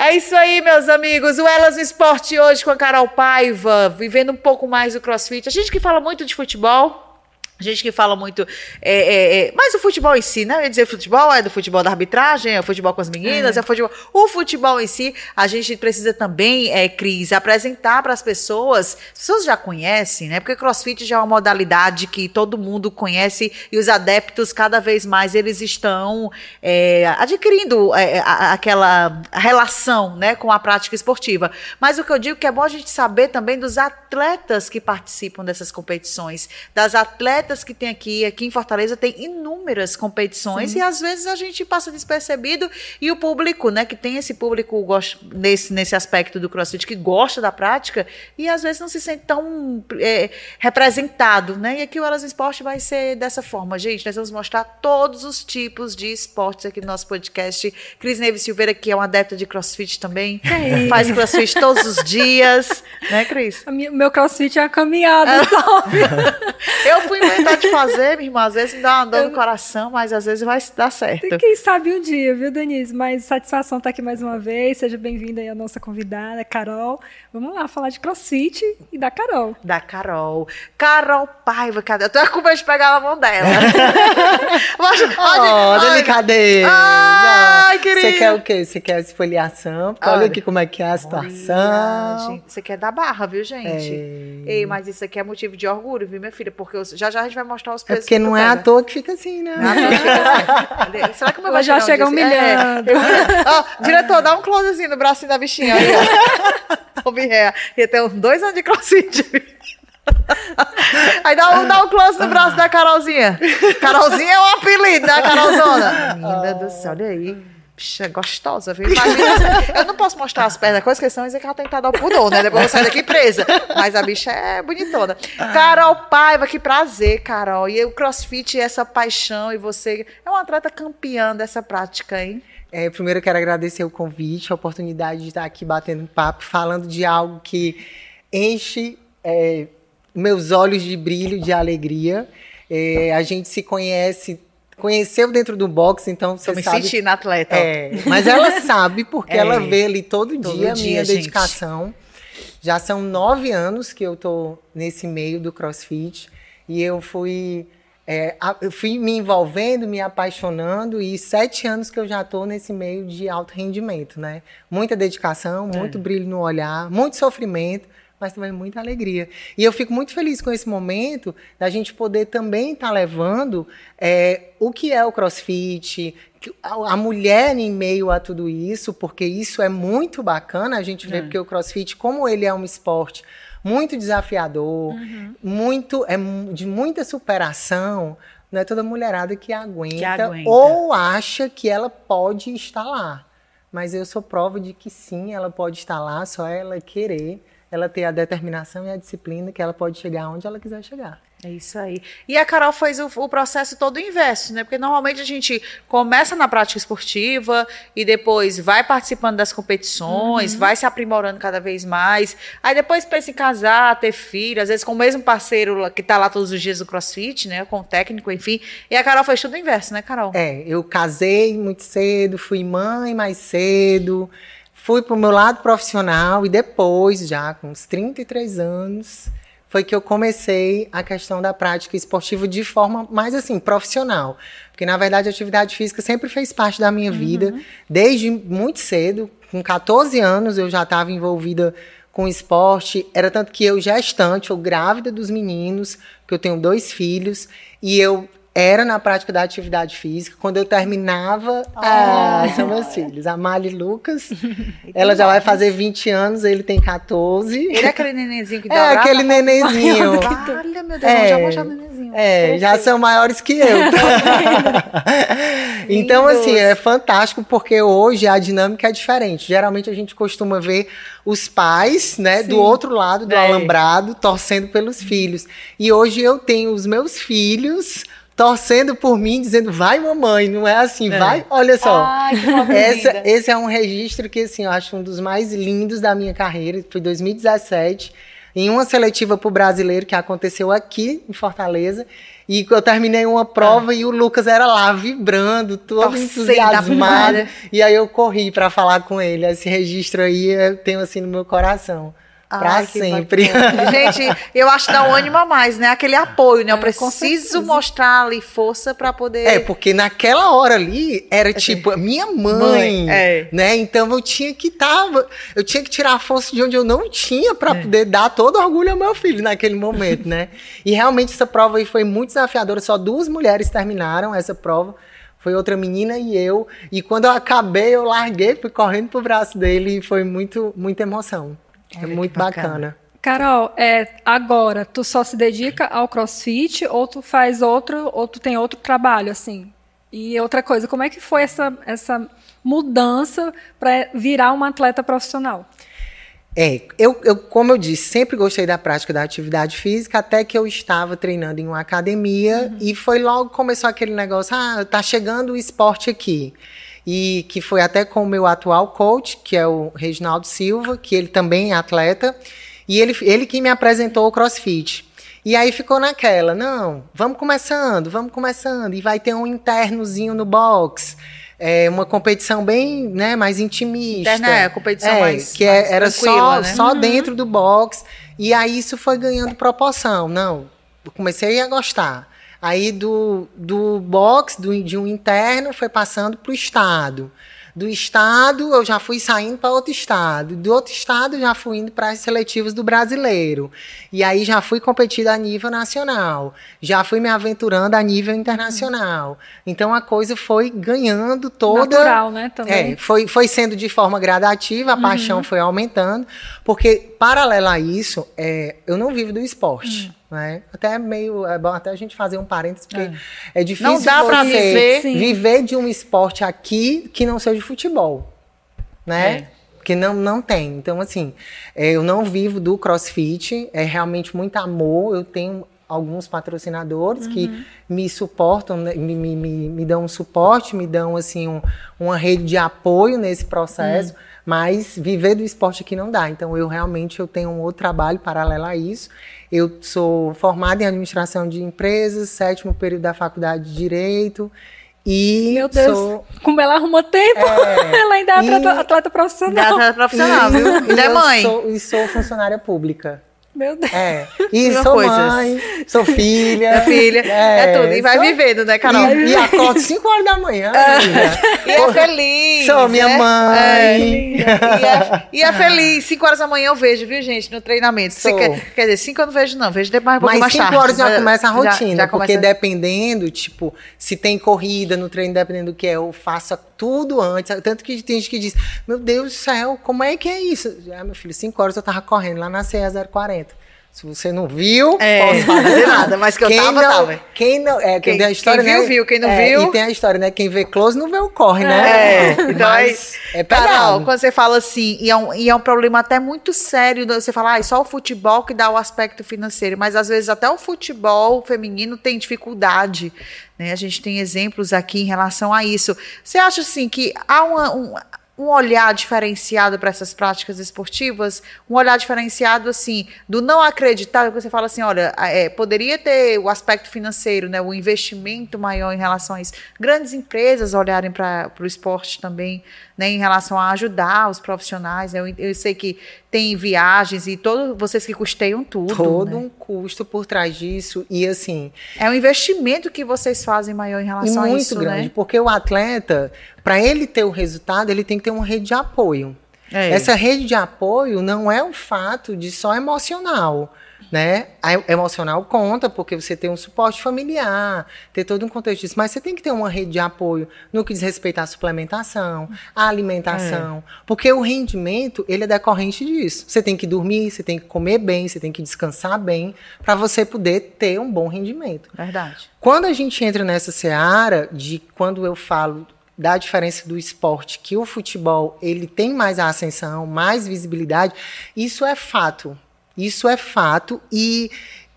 É isso aí, meus amigos. O Elas no Esporte hoje com a Carol Paiva, vivendo um pouco mais do CrossFit. A gente que fala muito de futebol, a gente que fala muito, mas o futebol em si, né? Eu ia dizer futebol, é do futebol da arbitragem, é o futebol com as meninas, o futebol em si, a gente precisa também, Cris, apresentar para as pessoas já conhecem, né? Porque CrossFit já é uma modalidade que todo mundo conhece e os adeptos, cada vez mais, eles estão adquirindo aquela relação, né, com a prática esportiva. Mas o que eu digo que é bom a gente saber também dos atletas que participam dessas competições, das atletas que tem aqui em Fortaleza tem inúmeras competições. Sim. E às vezes a gente passa despercebido e o público, né, que tem esse público nesse aspecto do CrossFit que gosta da prática e às vezes não se sente tão representado, né? E aqui o Elas no Esporte vai ser dessa forma, gente. Nós vamos mostrar todos os tipos de esportes aqui no nosso podcast. Cris Neves Silveira, que é uma adepta de CrossFit também, faz CrossFit todos os dias, né, Cris? Meu CrossFit é uma caminhada, sabe? Eu fui inventar de fazer, minha irmã, às vezes me dá uma dor no coração, mas às vezes vai dar certo. Quem sabe um dia, viu, Denise? Mas satisfação estar aqui mais uma vez. Seja bem-vinda aí a nossa convidada, Carol. Vamos lá falar de CrossFit e da Carol. Da Carol. Carol Paiva, cadê? Eu tô com medo de pegar na mão dela. Delicadeza. Ai, querida. Você quer o quê? Você quer esfoliação? Olha aqui como é que é a situação. Você quer dar barra, viu, gente? Ei, mas isso aqui é motivo de orgulho, viu, minha filha? Porque já a gente vai mostrar os pesos. Porque não é à toa que fica assim, né? Será que o meu ela já chega humilhando. Diretor, dá um closezinho no bracinho da bichinha aí, ó. Ia ter uns 2 anos de CrossFit. Aí dá um close no braço da Carolzinha. Carolzinha é um apelido, né, Carolzona? Menina do céu, olha aí. Bicha, gostosa, viu? Imagina, eu não posso mostrar as pernas, coisa que senão dizer que ela tem que dar o pudor, né? Depois eu vou sair daqui presa. Mas a bicha é bonitona. Carol Paiva, que prazer, Carol. E o CrossFit, essa paixão, e você é uma atleta campeã dessa prática, hein? Primeiro eu quero agradecer o convite, a oportunidade de estar aqui batendo um papo, falando de algo que enche meus olhos de brilho, de alegria. A gente se conheceu dentro do boxe, então você sabe... Tô me sentindo atleta. Mas ela sabe, porque ela vê ali todo dia a minha dedicação. Já são 9 anos que eu tô nesse meio do CrossFit e eu fui me envolvendo, me apaixonando e 7 anos que eu já tô nesse meio de alto rendimento, né? Muita dedicação, muito brilho no olhar, muito sofrimento, mas também muita alegria. E eu fico muito feliz com esse momento da gente poder também estar levando o que é o CrossFit, a mulher em meio a tudo isso, porque isso é muito bacana a gente ver, porque o CrossFit, como ele é um esporte muito desafiador, de muita superação, não é toda mulherada que aguenta ou acha que ela pode estar lá. Mas eu sou prova de que sim, ela pode estar lá, só ela querer, ela ter a determinação e a disciplina que ela pode chegar onde ela quiser chegar. É isso aí. E a Carol fez o processo todo inverso, né? Porque normalmente a gente começa na prática esportiva e depois vai participando das competições, vai se aprimorando cada vez mais. Aí depois pensa em casar, ter filho, às vezes com o mesmo parceiro que tá lá todos os dias no CrossFit, né? Com o técnico, enfim. E a Carol fez tudo inverso, né, Carol? Eu casei muito cedo, fui mãe mais cedo, fui pro meu lado profissional e depois, já com uns 33 anos... foi que eu comecei a questão da prática esportiva de forma mais assim, profissional. Porque, na verdade, a atividade física sempre fez parte da minha vida. Desde muito cedo, com 14 anos, eu já estava envolvida com esporte. Era tanto que eu gestante, ou grávida dos meninos, que eu tenho 2 filhos, e eu era na prática da atividade física. Quando eu terminava, são meus filhos, a Mali e Lucas. Ela já vai fazer 20 anos, ele tem 14. Ele é aquele nenenzinho que dá aquele nenenzinho. Olha, meu Deus, já vou achar o nenenzinho. Já são maiores que eu. Então, assim, é fantástico, porque hoje a dinâmica é diferente. Geralmente a gente costuma ver os pais, né, do outro lado do alambrado, torcendo pelos filhos. E hoje eu tenho os meus filhos torcendo por mim, dizendo, vai mamãe, não é assim, vai, olha só. Ai, que esse é um registro que, assim, eu acho um dos mais lindos da minha carreira, foi 2017, em uma seletiva para o brasileiro que aconteceu aqui em Fortaleza. E eu terminei uma prova e o Lucas era lá vibrando, todo entusiasmado. E aí eu corri para falar com ele. Esse registro aí eu tenho assim no meu coração. Pra sempre. Gente, eu acho que dá um ânimo a mais, né? Aquele apoio, né? Eu preciso mostrar ali força pra poder... porque naquela hora ali era tipo a minha mãe, né? Então eu tinha que tirar a força de onde eu não tinha pra poder dar todo orgulho ao meu filho naquele momento, né? E realmente essa prova aí foi muito desafiadora. Só 2 mulheres terminaram essa prova. Foi outra menina e eu. E quando eu acabei, eu larguei, fui correndo pro braço dele e foi muita emoção. É muito bacana. Carol, agora, tu só se dedica ao CrossFit ou tu faz ou tu tem outro trabalho, assim? E outra coisa, como é que foi essa mudança para virar uma atleta profissional? Eu, como eu disse, sempre gostei da prática da atividade física, até que eu estava treinando em uma academia e foi logo começou aquele negócio, tá chegando o esporte aqui. E que foi até com o meu atual coach, que é o Reginaldo Silva, que ele também é atleta, e ele que me apresentou o CrossFit. E aí ficou naquela, não, vamos começando, e vai ter um internozinho no box, uma competição bem, né, mais intimista. Interna competição mais que mais era só né? dentro do box, e aí isso foi ganhando proporção. Não, eu comecei a gostar. Aí do box, de um interno, foi passando para o estado. Do estado, eu já fui saindo para outro estado. Do outro estado, já fui indo para as seletivas do brasileiro. E aí já fui competindo a nível nacional. Já fui me aventurando a nível internacional. Então a coisa foi ganhando toda... Natural, né? Também. Foi sendo de forma gradativa, a paixão foi aumentando. Porque, paralelo a isso, eu não vivo do esporte. Né? Até é bom até a gente fazer um parênteses, porque é difícil não dá para viver de um esporte aqui que não seja futebol, né? Porque não tem. Então, assim, eu não vivo do CrossFit, é realmente muito amor. Eu tenho alguns patrocinadores que me suportam, me dão um suporte, me dão assim uma rede de apoio nesse processo, mas viver do esporte aqui não dá. Então, eu tenho um outro trabalho paralelo a isso. Eu sou formada em administração de empresas, 7º período da faculdade de Direito. E meu Deus, como ela arruma tempo, ela ainda é atleta profissional. Atleta profissional, viu? Ainda é mãe. Sou funcionária pública. Meu Deus. E sou mãe, sou filha. Tudo. E vai vivendo, né, Carol? E acordo 5 horas da manhã. E é feliz. Sou minha mãe. E é feliz. 5 horas da manhã eu vejo, viu, gente, no treinamento. Quer dizer, 5 eu não vejo, não. Vejo depois, um pouco mais tarde. Mas 5 horas já começa a rotina. Já porque dependendo, tipo, se tem corrida no treino, dependendo do que eu faço tudo antes. Tanto que tem gente que diz, meu Deus do céu, como é que é isso? Meu filho, 5 horas eu tava correndo lá na CE 040. Se você não viu, posso fazer nada, mas que eu tava. Quem não, quem tem a história, quem viu, viu, quem não viu. E tem a história, né? Quem vê close não vê o corre, né? Então Carol, quando você fala assim, e é um problema até muito sério, você fala, só o futebol que dá o aspecto financeiro, mas às vezes até o futebol feminino tem dificuldade, né? A gente tem exemplos aqui em relação a isso. Você acha assim que há um olhar diferenciado para essas práticas esportivas, um olhar diferenciado, assim, do não acreditar, que você fala assim, olha, poderia ter o aspecto financeiro, né, o investimento maior em relação a isso. Grandes empresas olharem para o esporte também, né, em relação a ajudar os profissionais. Eu sei que tem viagens e vocês que custeiam tudo. Todo um custo por trás disso. E assim... É um investimento que vocês fazem maior em relação a isso, muito grande, né? Porque o atleta, para ele ter o resultado, ele tem que ter uma rede de apoio. Essa rede de apoio não é um fato de só emocional, né? A emocional conta porque você tem um suporte familiar, ter todo um contexto disso, mas você tem que ter uma rede de apoio no que diz respeito à suplementação, à alimentação, porque o rendimento, ele é decorrente disso. Você tem que dormir, você tem que comer bem, você tem que descansar bem para você poder ter um bom rendimento. Verdade. Quando a gente entra nessa seara quando eu falo da diferença do esporte, que o futebol ele tem mais ascensão, mais visibilidade, isso é fato. Isso é fato e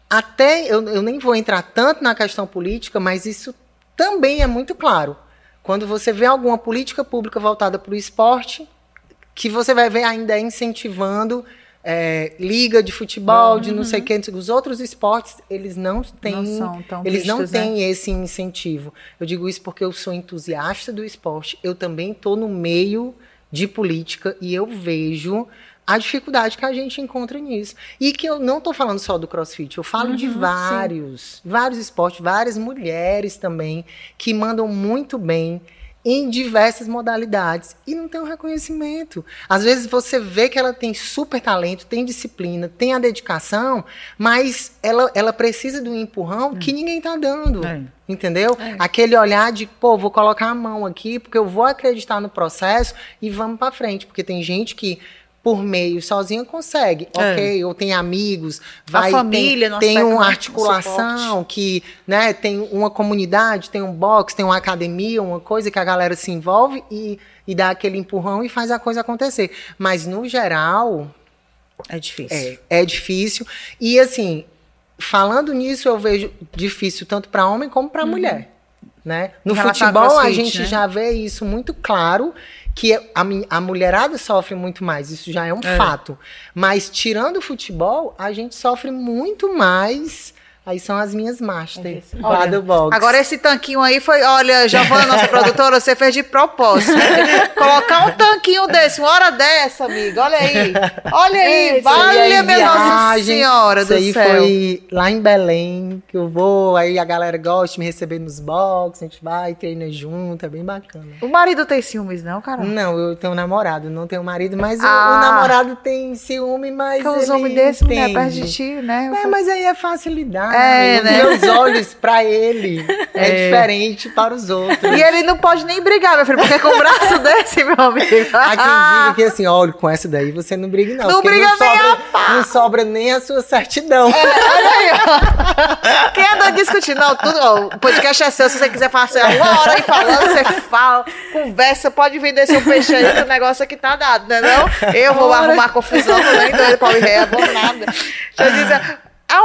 até eu nem vou entrar tanto na questão política, mas isso também é muito claro. Quando você vê alguma política pública voltada para o esporte, que você vai ver ainda incentivando liga de futebol, de não sei o que, os outros esportes, eles não têm, esse incentivo. Eu digo isso porque eu sou entusiasta do esporte, eu também estou no meio de política e eu vejo a dificuldade que a gente encontra nisso. E que eu não estou falando só do CrossFit, eu falo de vários esportes, várias mulheres também, que mandam muito bem em diversas modalidades e não tem um reconhecimento. Às vezes você vê que ela tem super talento, tem disciplina, tem a dedicação, mas ela precisa de um empurrão que ninguém está dando. Entendeu? Aquele olhar de, vou colocar a mão aqui porque eu vou acreditar no processo e vamos para frente. Porque tem gente que por meio, sozinha consegue, ok, ou tem amigos, a família, tem uma articulação que, né, tem uma comunidade, tem um box, tem uma academia, uma coisa que a galera se envolve e dá aquele empurrão e faz a coisa acontecer. Mas, no geral... É difícil. É difícil. E, assim, falando nisso, eu vejo difícil tanto para homem como para mulher. Né? No futebol, a gente já vê isso muito claro, que a mulherada sofre muito mais, isso já é um fato. Mas, tirando o futebol, a gente sofre muito mais. Aí são as minhas masters lá do box. Agora esse tanquinho aí foi, olha, Giovana, nossa produtora, você fez de propósito. Né? Colocar um tanquinho desse, uma hora dessa, amiga, olha aí. Olha aí, vale minha Nossa Senhora do céu. Isso aí foi lá em Belém, que eu vou, aí a galera gosta de me receber nos box, a gente vai, treina junto, é bem bacana. O marido tem ciúmes não, Carol? Não, eu tenho um namorado, não tenho marido, mas o namorado tem ciúme, mas que os homens desse, mulher, perto de ti, né? Mas aí é facilidade. Né? Meus olhos pra ele é diferente para os outros. E ele não pode nem brigar, meu filho, porque com o braço desse, meu amigo. Há quem diga que assim, olha, com essa daí você não briga não. Não briga não sobra nem a sua certidão. Olha aí, ó. Quem anda discutindo? Não, tudo, ó, o podcast é seu, se você quiser passar uma hora aí falando, você fala, conversa, pode vender seu peixe aí, que o negócio aqui tá dado, né não? Eu vou arrumar confusão, não nem doido pra me reabor nada. Deixa eu dizer...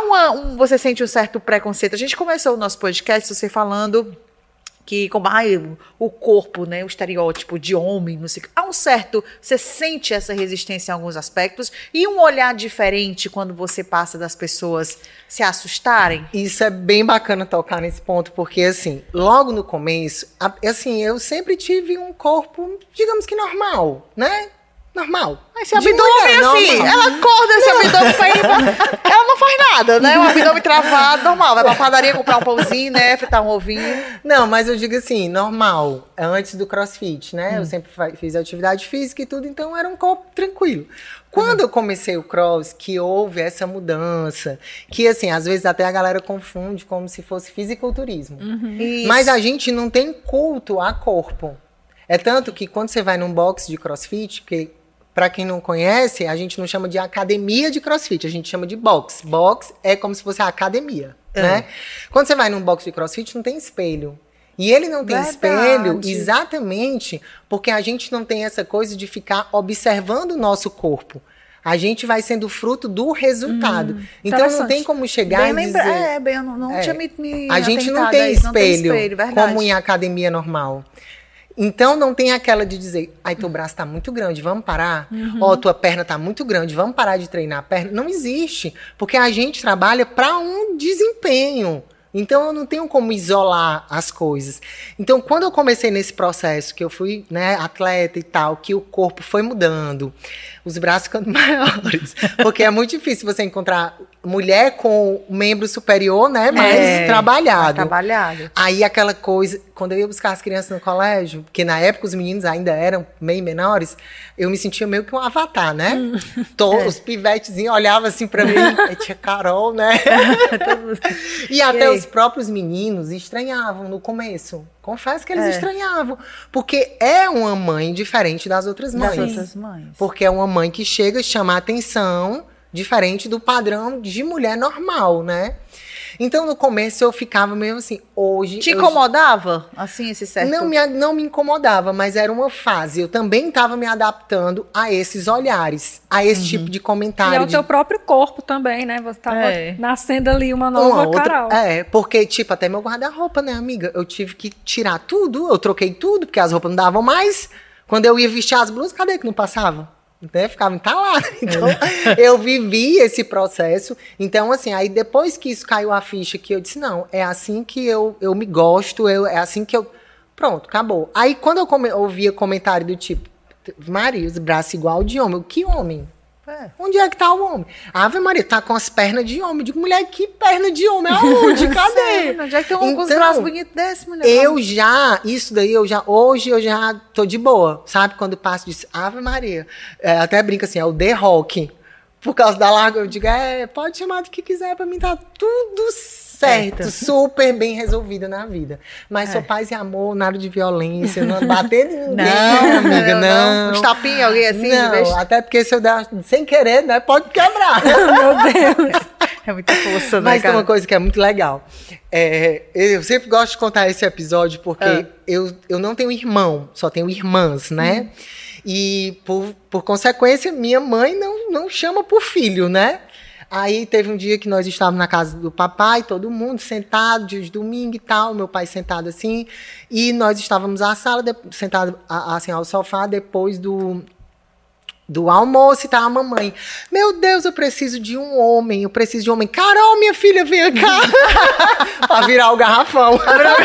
Você sente um certo preconceito? A gente começou o nosso podcast você falando que como o corpo, né, o estereótipo de homem, não sei, há um certo, você sente essa resistência em alguns aspectos e um olhar diferente quando você passa das pessoas se assustarem? Isso é bem bacana tocar nesse ponto, porque assim, logo no começo, assim, eu sempre tive um corpo, digamos que normal, né? Normal. Esse abdômen, assim, normal. Ela acorda esse abdômen pra ir pra... Ela não faz nada, né? O abdômen travado, normal. Vai pra padaria comprar um pãozinho, né? Fritar um ovinho. Não, mas eu digo assim, normal. Antes do CrossFit, né? Eu sempre fiz atividade física e tudo, então era um corpo tranquilo. Quando eu comecei o cross, que houve essa mudança, que assim, às vezes até a galera confunde como se fosse fisiculturismo. Mas a gente não tem culto a corpo. É tanto que quando você vai num box de CrossFit, porque... Para quem não conhece, a gente não chama de academia de CrossFit, a gente chama de box. Box é como se fosse a academia, né? Quando você vai num box de CrossFit, não tem espelho. E ele não tem espelho exatamente porque a gente não tem essa coisa de ficar observando o nosso corpo. A gente vai sendo fruto do resultado. Então não tem como chegar e dizer... eu não tinha me a gente não tem espelho como em academia normal. Então, não tem aquela de dizer, teu braço tá muito grande, vamos parar? Tua perna tá muito grande, vamos parar de treinar a perna? Não existe, porque a gente trabalha para um desempenho. Então, eu não tenho como isolar as coisas. Então, quando eu comecei nesse processo, que eu fui, né, atleta e tal, que o corpo foi mudando, os braços ficando maiores, porque é muito difícil você encontrar mulher com membro superior, né, mais trabalhado. Aí aquela coisa, quando eu ia buscar as crianças no colégio, porque na época os meninos ainda eram meio menores, eu me sentia meio que um avatar, né? Os pivetezinhos olhavam assim pra mim, tia Carol, né? E até os próprios meninos estranhavam no começo. Confesso que eles estranhavam. Porque é uma mãe diferente das outras mães. Das outras mães. Porque é uma mãe que chega a chamar atenção diferente do padrão de mulher normal, né? Então, no começo, eu ficava meio assim, hoje... Te incomodava, assim, esse certo? Não me incomodava, mas era uma fase. Eu também estava me adaptando a esses olhares, a esse tipo de comentário. E ao teu próprio corpo também, né? Você estava nascendo ali uma nova Carol. Porque, tipo, até meu guarda-roupa, né, amiga? Eu tive que tirar tudo, eu troquei tudo, porque as roupas não davam mais. Quando eu ia vestir as blusas, cadê que não passava? né? Ficava entalada. Então, eu vivi esse processo. Então, assim, aí depois que isso caiu a ficha, que eu disse, não, é assim que eu me gosto, é assim que eu... Pronto, acabou. Aí, quando eu ouvia comentário do tipo, Maria, os braços igual de homem. Que homem? Onde é que tá o homem? Ave Maria, tá com as pernas de homem. Eu digo, mulher, que perna de homem? Aonde? Cadê? Onde é que tem um com os braços bonitos desse, mulher? Hoje eu já tô de boa, sabe? Quando passo disso, Ave Maria. Até brinca assim, é o The Rock. Por causa da larga, eu digo, pode chamar do que quiser, pra mim tá tudo certo, super bem resolvida na vida. Mas sou paz e amor, nada de violência, não bater em ninguém, amiga, não. Uns tapinhos, alguém assim? Não, até porque se eu der sem querer, né, pode quebrar. Meu Deus. É muita força, né, Mas cara? tem uma coisa que é muito legal. Eu sempre gosto de contar esse episódio porque eu não tenho irmão, só tenho irmãs, né? E, por consequência, minha mãe não chama por filho, né? Aí teve um dia que nós estávamos na casa do papai, todo mundo sentado, dia de domingo e tal, meu pai sentado assim, e nós estávamos à sala, sentado assim ao sofá, depois do almoço, e tá a mamãe. Meu Deus, eu preciso de um homem. Carol, minha filha, vem cá. Pra virar o garrafão.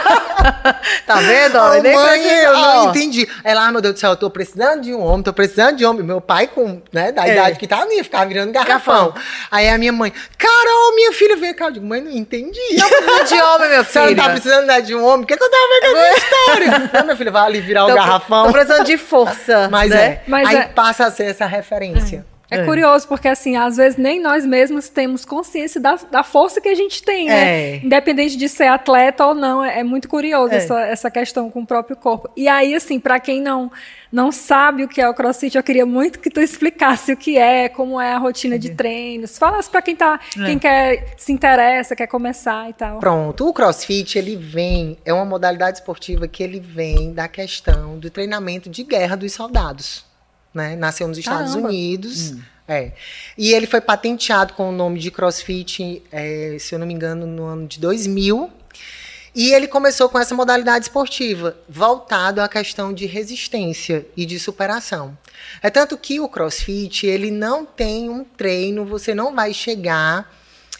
Tá vendo? Mãe, eu não entendi. Ela, meu Deus do céu, eu tô precisando de um homem. Meu pai, da idade que tá, não ia ficar virando garrafão. Aí a minha mãe, Carol, minha filha, vem cá. Eu digo, mãe, não entendi. Não precisa de homem, meu filho. Você não tá precisando de um homem? O que eu tava vendo com essa história? Não, minha filha, vai ali virar o garrafão. Tô precisando de força. Mas né? Aí passa a ser essa referência. É curioso, porque assim, às vezes nem nós mesmos temos consciência da força que a gente tem, né? Independente de ser atleta ou não, é muito curioso essa questão com o próprio corpo. E aí, assim, para quem não sabe o que é o CrossFit, eu queria muito que tu explicasse o que é, como é a rotina de treinos. Falasse para quem se interessa, quer começar e tal. Pronto, o CrossFit, é uma modalidade esportiva que ele vem da questão do treinamento de guerra dos soldados. Né? Nasceu nos Estados Unidos. E ele foi patenteado com o nome de CrossFit, se eu não me engano, no ano de 2000. E ele começou com essa modalidade esportiva, voltado à questão de resistência e de superação. É tanto que o CrossFit, ele não tem um treino, você não vai chegar...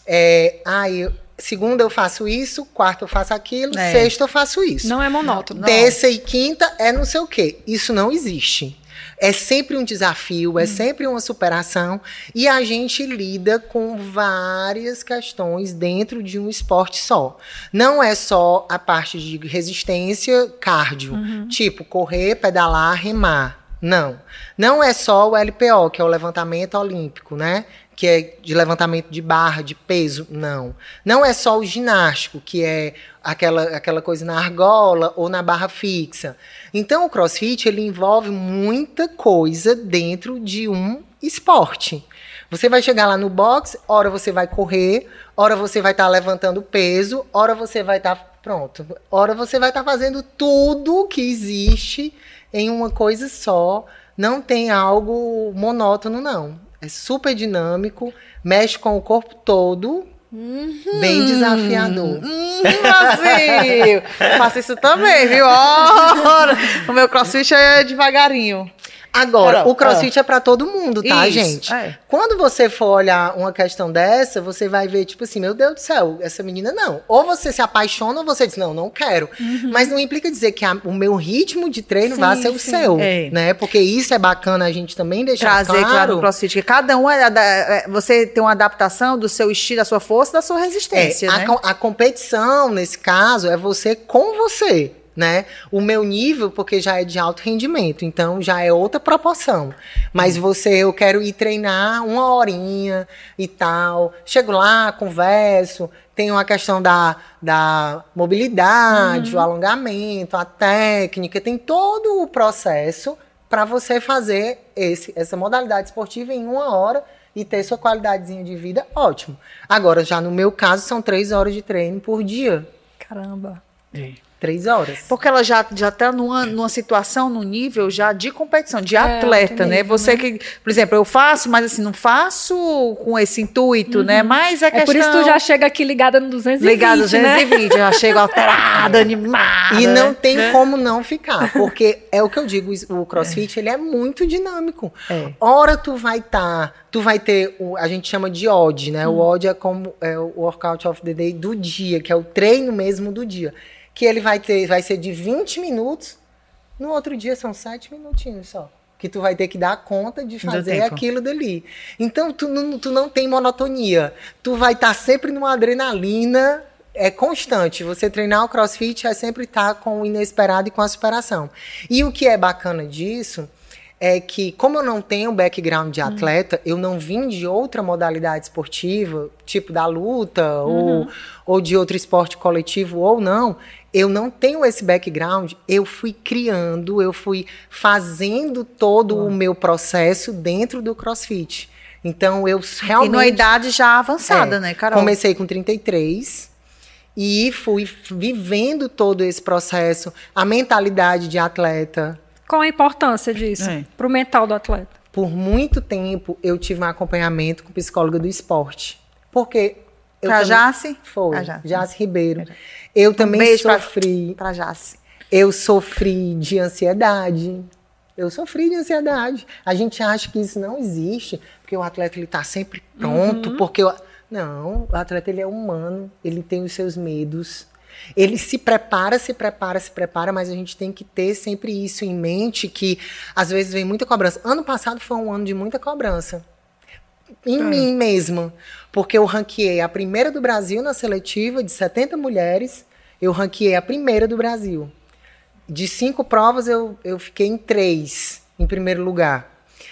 segunda eu faço isso, quarta eu faço aquilo, sexta eu faço isso. Não é monótono. Terça e quinta é não sei o quê. Isso não existe. É sempre um desafio, é sempre uma superação, e a gente lida com várias questões dentro de um esporte só. Não é só a parte de resistência, cardio, tipo correr, pedalar, remar. Não é só o LPO, que é o levantamento olímpico, né? Que é de levantamento de barra, de peso, não é só o ginástico, que é aquela coisa na argola ou na barra fixa. Então, o CrossFit, ele envolve muita coisa dentro de um esporte. Você vai chegar lá no box, hora você vai correr, hora você vai estar levantando peso, hora você vai estar hora você vai estar fazendo tudo que existe em uma coisa só. Não tem algo monótono, não. É super dinâmico, mexe com o corpo todo, bem desafiador. Assim, eu faço isso também, viu? O meu CrossFit é devagarinho. Agora, o CrossFit é pra todo mundo, tá, gente? Quando você for olhar uma questão dessa, você vai ver, tipo assim, meu Deus do céu, essa menina não. Ou você se apaixona ou você diz, não quero. Mas não implica dizer que o meu ritmo de treino vai ser o seu, né? Porque isso é bacana a gente também deixar claro no CrossFit, que cada um, você tem uma adaptação do seu estilo, da sua força, da sua resistência, né? A competição, nesse caso, é você com você. Né? O meu nível, porque já é de alto rendimento, então já é outra proporção. Mas eu quero ir treinar 1 horinha e tal. Chego lá, converso, tem a questão da mobilidade, o alongamento, a técnica, tem todo o processo para você fazer essa modalidade esportiva em 1 hora e ter sua qualidadezinha de vida, ótimo. Agora, já no meu caso, são 3 horas de treino por dia. Caramba. 3 horas. Porque ela já tá numa situação, num nível já de competição, de atleta, né? Nível, Você né? que, por exemplo, eu faço, mas assim, não faço com esse intuito, né? Mas é questão... por isso que tu já chega aqui ligada no 220, ligada no 220, já chego alterada, animada. E não tem como não ficar, porque é o que eu digo, o CrossFit, ele é muito dinâmico. Ora tu vai ter, a gente chama de OD, né? O OD é o Workout of the Day do dia, que é o treino mesmo do dia. Que ele vai ser de 20 minutos, no outro dia são 7 minutinhos só. Que tu vai ter que dar conta de fazer aquilo dali. Então, tu não tem monotonia. Tu vai estar sempre numa adrenalina constante. Você treinar o CrossFit é sempre estar com o inesperado e com a superação. E o que é bacana disso é que, como eu não tenho background de atleta, eu não vim de outra modalidade esportiva, tipo da luta, ou de outro esporte coletivo, ou não, eu não tenho esse background, eu fui criando, eu fui fazendo todo o meu processo dentro do CrossFit. Então, eu realmente... E numa idade já avançada, né, Carol? Comecei com 33 e fui vivendo todo esse processo, a mentalidade de atleta. Qual a importância disso para o mental do atleta? Por muito tempo, eu tive um acompanhamento com psicóloga do esporte. Porque... Pra Jace? Foi, Jace Ribeiro. Eu também sofri... Pra Jace. Eu sofri de ansiedade. A gente acha que isso não existe, porque o atleta ele tá sempre pronto, Não, o atleta ele é humano, ele tem os seus medos. Ele se prepara, mas a gente tem que ter sempre isso em mente, que às vezes vem muita cobrança. Ano passado foi um ano de muita cobrança. Em mim mesma. Porque eu ranqueei a primeira do Brasil na seletiva, de 70 mulheres, eu ranqueei a primeira do Brasil. De 5 provas, eu fiquei em 3, em primeiro lugar.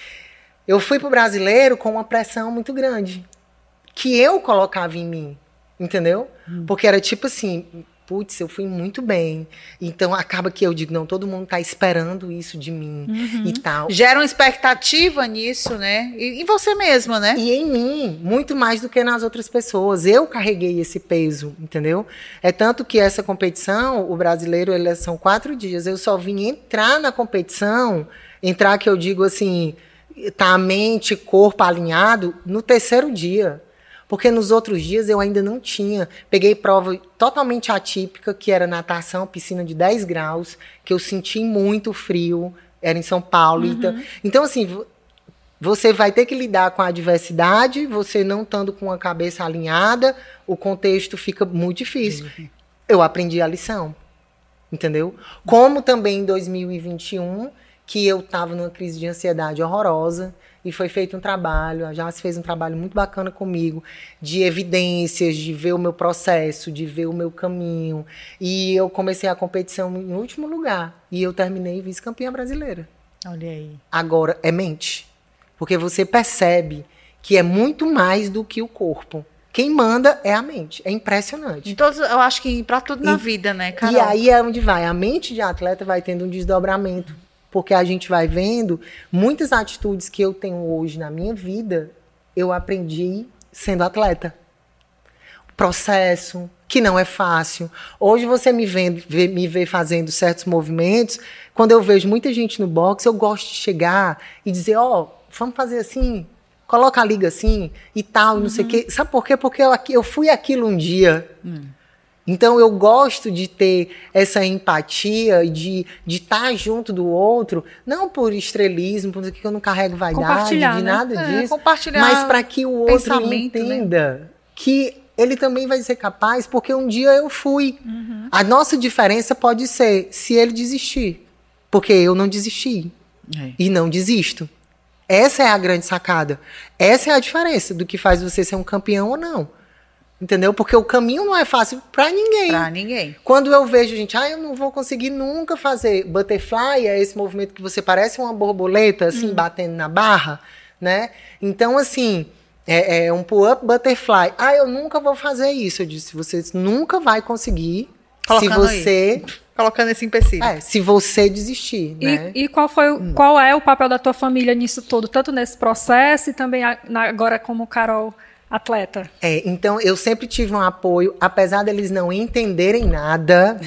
Eu fui pro brasileiro com uma pressão muito grande, que eu colocava em mim, entendeu? Porque era tipo assim, putz, eu fui muito bem. Então, acaba que eu digo, não, todo mundo tá esperando isso de mim e tal. Gera uma expectativa nisso, né? E em você mesma, né? E em mim, muito mais do que nas outras pessoas. Eu carreguei esse peso, entendeu? É tanto que essa competição, o brasileiro, são 4 dias. Eu só vim entrar na competição, que eu digo assim, tá a mente, corpo alinhado, no 3º dia. Porque nos outros dias eu ainda não tinha. Peguei prova totalmente atípica, que era natação, piscina de 10 graus, que eu senti muito frio, era em São Paulo. Então, assim, você vai ter que lidar com a adversidade, você não estando com a cabeça alinhada, o contexto fica muito difícil. Eu aprendi a lição, entendeu? Como também em 2021, que eu estava numa crise de ansiedade horrorosa, e foi feito um trabalho, a Jace fez um trabalho muito bacana comigo, de evidências, de ver o meu processo, de ver o meu caminho. E eu comecei a competição em último lugar. E eu terminei vice-campeã brasileira. Olha aí. Agora, é mente. Porque você percebe que é muito mais do que o corpo. Quem manda é a mente. É impressionante. Eu acho que para tudo na vida, né, Carol? E aí é onde vai. A mente de atleta vai tendo um desdobramento. Porque a gente vai vendo muitas atitudes que eu tenho hoje na minha vida, eu aprendi sendo atleta. Processo, que não é fácil. Hoje você me vê fazendo certos movimentos, quando eu vejo muita gente no boxe, eu gosto de chegar e dizer, vamos fazer assim, coloca a liga assim e tal, não sei o quê. Sabe por quê? Porque eu fui aquilo um dia. Então, eu gosto de ter essa empatia, de estar junto do outro, não por estrelismo, porque eu não carrego vaidade, de nada disso, compartilhar, mas para que o outro entenda que ele também vai ser capaz, porque um dia eu fui. A nossa diferença pode ser se ele desistir, porque eu não desisti e não desisto. Essa é a grande sacada. Essa é a diferença do que faz você ser um campeão ou não. Entendeu? Porque o caminho não é fácil pra ninguém. Pra ninguém. Quando eu vejo gente, eu não vou conseguir nunca fazer butterfly, é esse movimento que você parece uma borboleta, assim, batendo na barra, né? Então, assim, é um pull-up butterfly. Eu nunca vou fazer isso. Eu disse, você nunca vai conseguir colocando esse empecilho. Se você desistir, né? E qual é o papel da tua família nisso tudo? Tanto nesse processo e também agora como Carol atleta. Então eu sempre tive um apoio, apesar deles não entenderem nada.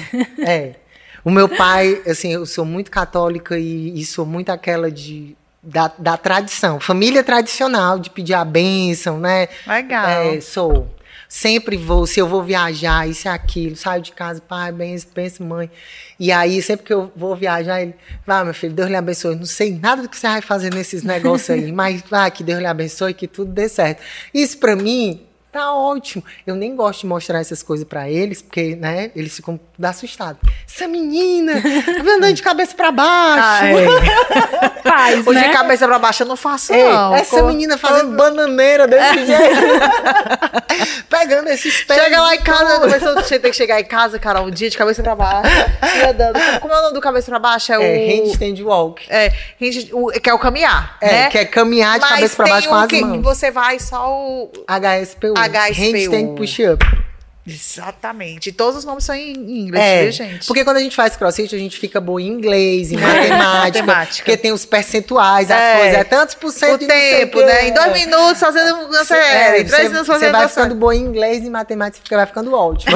O meu pai, assim, eu sou muito católica e sou muito aquela da tradição, família tradicional, de pedir a bênção, né? Legal. Sou. Sempre vou, se eu vou viajar, isso e aquilo, saio de casa, pai, benção, mãe. E aí, sempre que eu vou viajar, ele, vai, meu filho, Deus lhe abençoe. Não sei nada do que você vai fazer nesses negócios aí, mas vai, que Deus lhe abençoe, que tudo dê certo. Isso pra mim tá ótimo. Eu nem gosto de mostrar essas coisas pra eles, porque, né, eles ficam assustados. Essa menina, tá andando de cabeça pra baixo. Paz, O né? de cabeça pra baixo eu não faço, não. Essa menina fazendo bananeira desse jeito. Pegando esses pés. Chega lá em casa, você tem que chegar em casa, Carol, um dia de cabeça pra baixo. E andando. Como é o nome do cabeça pra baixo? Handstand walk. Que é o caminhar, né? Que é caminhar de cabeça pra baixo com as mãos. Mas você vai só o... HSPU. Handstand push-up. Exatamente. Todos os nomes são em inglês, viu, gente? Porque quando a gente faz crossfit, a gente fica boa em inglês, em matemática. Porque tem os percentuais, as coisas. É tantos por cento o tempo, né? Em 2 minutos fazendo uma série, 3 minutos fazendo você vai ficando boa em inglês e em matemática, você vai ficando ótimo.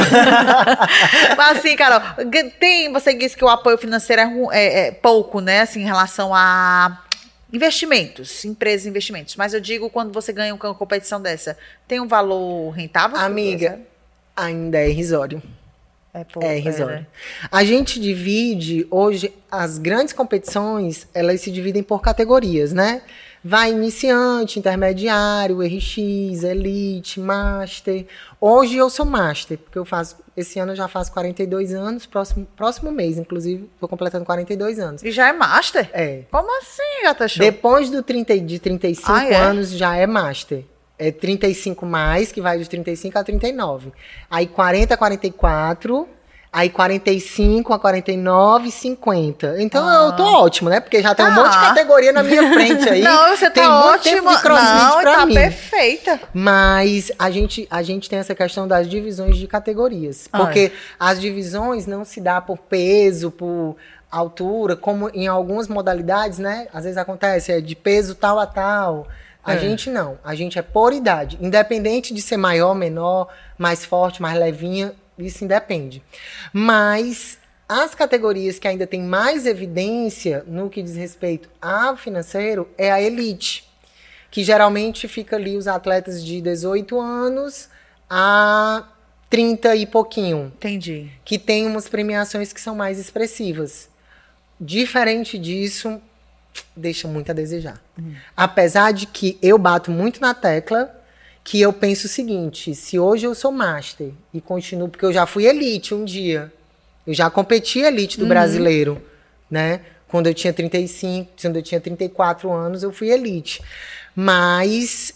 Mas assim, Carol, você disse que o apoio financeiro é pouco, né? Assim, em relação a investimentos, empresas de investimentos. Mas eu digo, quando você ganha uma competição dessa, tem um valor rentável? Amiga, ainda é irrisório. É irrisório. Né? A gente divide, hoje, as grandes competições, elas se dividem por categorias, né? Vai iniciante, intermediário, RX, Elite, Master. Hoje eu sou Master, porque esse ano eu já faço 42 anos, próximo mês, inclusive, estou completando 42 anos. E já é Master? Como assim, Gata Show? Depois de 35 anos, já é Master. É 35 mais, que vai de 35 a 39. Aí 40 a 44, aí 45 a 49, 50. Então eu tô ótimo, né? Porque já tem um monte de categoria na minha frente aí. Não, você tem tá muito ótima. tempo de crossfit pra mim. Perfeita. Mas a gente tem essa questão das divisões de categorias. Porque as divisões não se dá por peso, por altura, como em algumas modalidades, né? Às vezes acontece, de peso tal a tal. A gente não, a gente é por idade. Independente de ser maior, menor, mais forte, mais levinha, isso independe. Mas as categorias que ainda têm mais evidência no que diz respeito ao financeiro é a elite, que geralmente fica ali os atletas de 18 anos a 30 e pouquinho. Entendi. Que tem umas premiações que são mais expressivas. Diferente disso, deixa muito a desejar. Apesar de que eu bato muito na tecla que eu penso o seguinte, se hoje eu sou Master e continuo, porque eu já fui Elite um dia, eu já competi Elite do brasileiro, né? Quando eu tinha 35, quando eu tinha 34 anos, eu fui Elite. Mas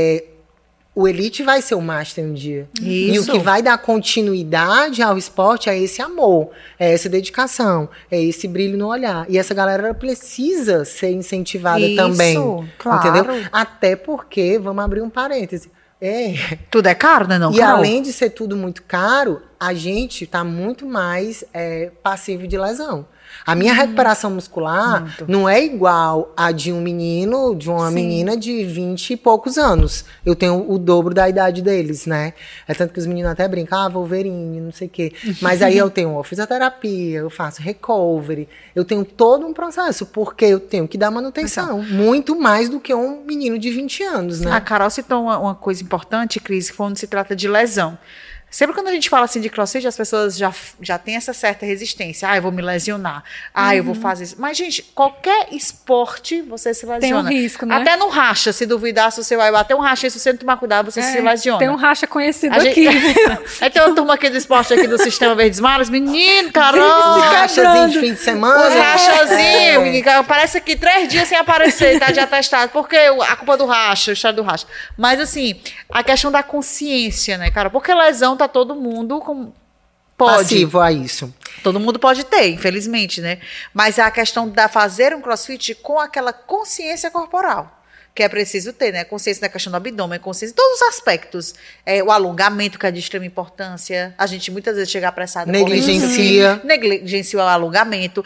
o Elite vai ser o Master um dia. Isso. E o que vai dar continuidade ao esporte é esse amor, é essa dedicação, é esse brilho no olhar. E essa galera precisa ser incentivada também. Claro. Entendeu? Até porque, vamos abrir um parêntese, tudo é caro, né, não? E Carol? além de ser tudo muito caro, a gente está muito mais passivo de lesão. A minha recuperação muscular não é igual a de um menino, de uma menina de 20 e poucos anos. Eu tenho o dobro da idade deles, né? É tanto que os meninos até brincam, Wolverine, não sei o quê. Mas aí eu tenho fisioterapia, eu faço recovery, eu tenho todo um processo, porque eu tenho que dar manutenção. Muito mais do que um menino de 20 anos, né? A Carol citou uma coisa importante, Cris, quando se trata de lesão. Sempre quando a gente fala assim de crossfit, as pessoas já têm essa certa resistência. Eu vou me lesionar. Eu vou fazer isso. Mas, gente, qualquer esporte, você se lesiona. Tem um risco, né? Até no racha, se duvidar, se você vai bater um racha, se você não tomar cuidado, você se lesiona. Tem um racha conhecido aqui. Aí tem uma turma aqui do esporte, aqui do Sistema Verdes Mares. Menino, Carol! Esse rachazinho de fim de semana. Os rachazinhos. Parece que 3 dias sem aparecer, tá de atestado. Porque a culpa do racha, o estado do racha. Mas, assim, a questão da consciência, né, cara? Porque lesão tá todo mundo pode. Passivo a isso. Todo mundo pode ter, infelizmente, né? Mas a questão da fazer um crossfit com aquela consciência corporal, que é preciso ter, né? Consciência da questão do abdômen, consciência em todos os aspectos. O alongamento, que é de extrema importância. A gente muitas vezes chega apressado. Negligencia o alongamento.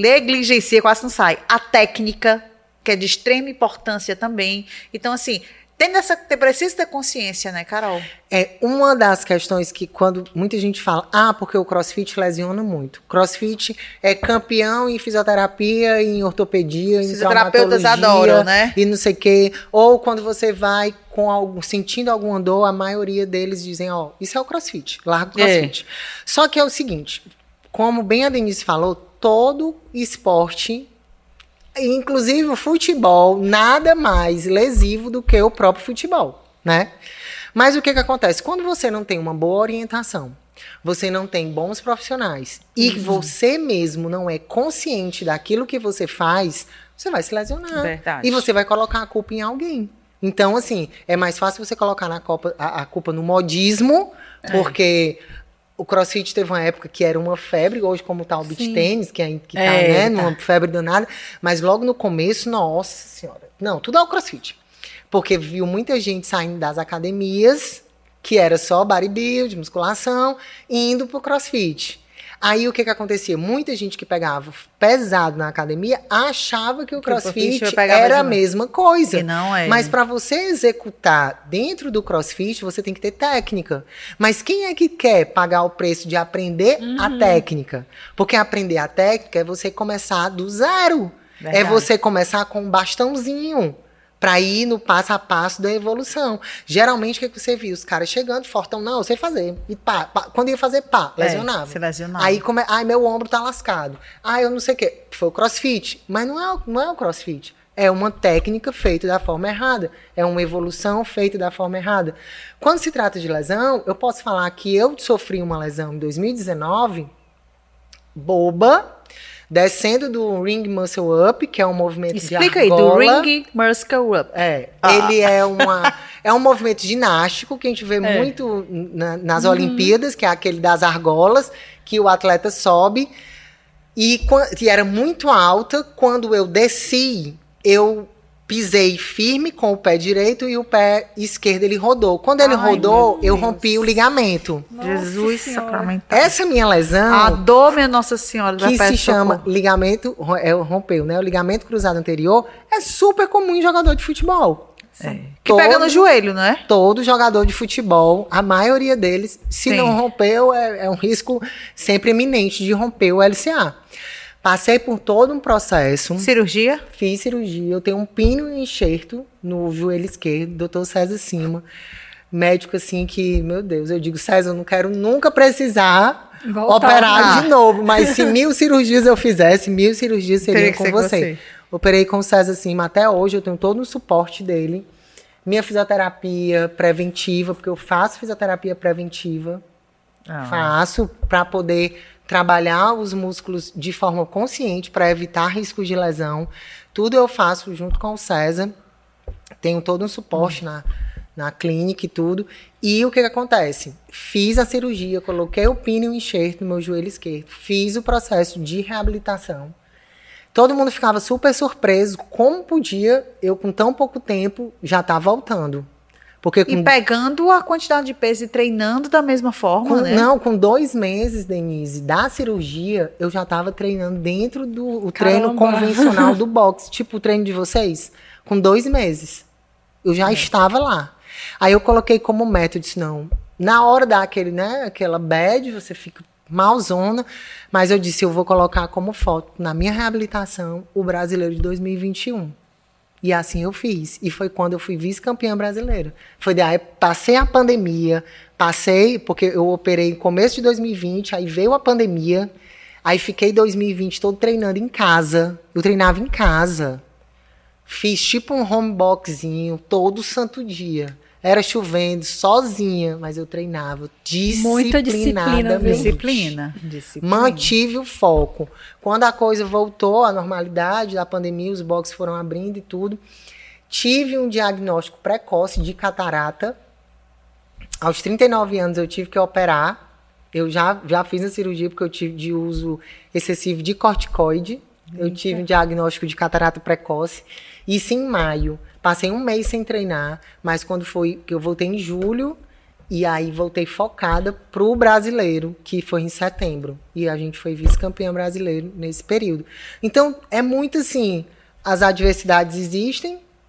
Negligencia, quase não sai. A técnica, que é de extrema importância também. Então, assim, Precisa ter consciência, né, Carol? É uma das questões que quando muita gente fala, porque o CrossFit lesiona muito. CrossFit é campeão em fisioterapia, em ortopedia, em fisioterapeutas adoram, né? E não sei o quê. Ou quando você vai sentindo alguma dor, a maioria deles dizem, isso é o CrossFit, larga o CrossFit. Só que é o seguinte, como bem a Denise falou, todo esporte, inclusive o futebol, nada mais lesivo do que o próprio futebol, né? Mas o que acontece? Quando você não tem uma boa orientação, você não tem bons profissionais e você mesmo não é consciente daquilo que você faz, você vai se lesionar. Verdade. E você vai colocar a culpa em alguém. Então, assim, é mais fácil você colocar a culpa no modismo, porque o CrossFit teve uma época que era uma febre, hoje como tá o beach tênis, que tá, né, numa febre danada, mas logo no começo, nossa senhora, não, tudo é o CrossFit, porque viu muita gente saindo das academias, que era só bodybuilding, musculação, indo pro CrossFit. Aí o que acontecia? Muita gente que pegava pesado na academia achava que o CrossFit era a mesma coisa. E não é. Mas para você executar dentro do CrossFit, você tem que ter técnica. Mas quem é que quer pagar o preço de aprender a técnica? Porque aprender a técnica é você começar do zero. Verdade. É você começar com um bastãozinho. Para ir no passo a passo da evolução. Geralmente, o que você viu? Os caras chegando, fortão, não, eu sei fazer. E pá, quando ia fazer, lesionava. Se lesionava. Aí, meu ombro tá lascado. Eu não sei o quê. Foi o CrossFit. Mas não é o CrossFit. É uma técnica feita da forma errada. É uma evolução feita da forma errada. Quando se trata de lesão, eu posso falar que eu sofri uma lesão em 2019, boba, descendo do Ring Muscle Up, que é um movimento de argola. Explica aí, do Ring Muscle Up. Ele é um movimento ginástico que a gente vê muito nas Olimpíadas, que é aquele das argolas, que o atleta sobe. E era muito alta. Quando eu desci, eu pisei firme com o pé direito e o pé esquerdo ele rodou. Quando ele rodou, eu rompi o ligamento. Jesus sacramentado. Essa minha lesão... A dor, minha Nossa Senhora. Que se chama ligamento... rompeu, né? O ligamento cruzado anterior é super comum em jogador de futebol. Que pega no joelho, não é? Todo jogador de futebol, a maioria deles, se não rompeu, é um risco sempre iminente de romper o LCA. Passei por todo um processo. Cirurgia? Fiz cirurgia. Eu tenho um pino e enxerto no joelho esquerdo, Dr. César Cima. Médico assim que, meu Deus, eu digo, César, eu não quero nunca precisar operar de novo. Mas se 1000 cirurgias eu fizesse, 1000 cirurgias seriam com você. Operei com o César Cima até hoje, eu tenho todo o suporte dele. Minha fisioterapia preventiva, porque eu faço fisioterapia preventiva. Faço para poder trabalhar os músculos de forma consciente para evitar riscos de lesão. Tudo eu faço junto com o César. Tenho todo um suporte na clínica e tudo. E o que acontece? Fiz a cirurgia, coloquei o pino e o enxerto no meu joelho esquerdo. Fiz o processo de reabilitação. Todo mundo ficava super surpreso. Como podia, eu com tão pouco tempo, já estar voltando. E pegando a quantidade de peso e treinando da mesma forma, né? Não, com 2 meses, Denise, da cirurgia, eu já estava treinando dentro do treino convencional do boxe. Tipo o treino de vocês. Com 2 meses. Eu já estava lá. Aí eu coloquei como método, disse, não, na hora daquele, né, aquela bad, você fica malzona, mas eu disse, eu vou colocar como foto na minha reabilitação o brasileiro de 2021. E assim eu fiz. E foi quando eu fui vice-campeã brasileira. Foi daí, passei a pandemia, porque eu operei no começo de 2020, aí veio a pandemia, aí fiquei 2020 todo treinando em casa. Eu treinava em casa. Fiz tipo um home boxinho todo santo dia. Era chovendo, sozinha, mas eu treinava disciplinadamente. Disciplina. Mantive o foco. Quando a coisa voltou à normalidade, da pandemia, os boxes foram abrindo e tudo, tive um diagnóstico precoce de catarata. Aos 39 anos eu tive que operar. Eu já fiz a cirurgia porque eu tive de uso excessivo de corticoide. Eu tive um diagnóstico de catarata precoce. Isso em maio. Passei 1 mês sem treinar, mas quando foi que eu voltei em julho, e aí voltei focada pro brasileiro, que foi em setembro. E a gente foi vice-campeã brasileiro nesse período. Então, é muito assim, as adversidades existem,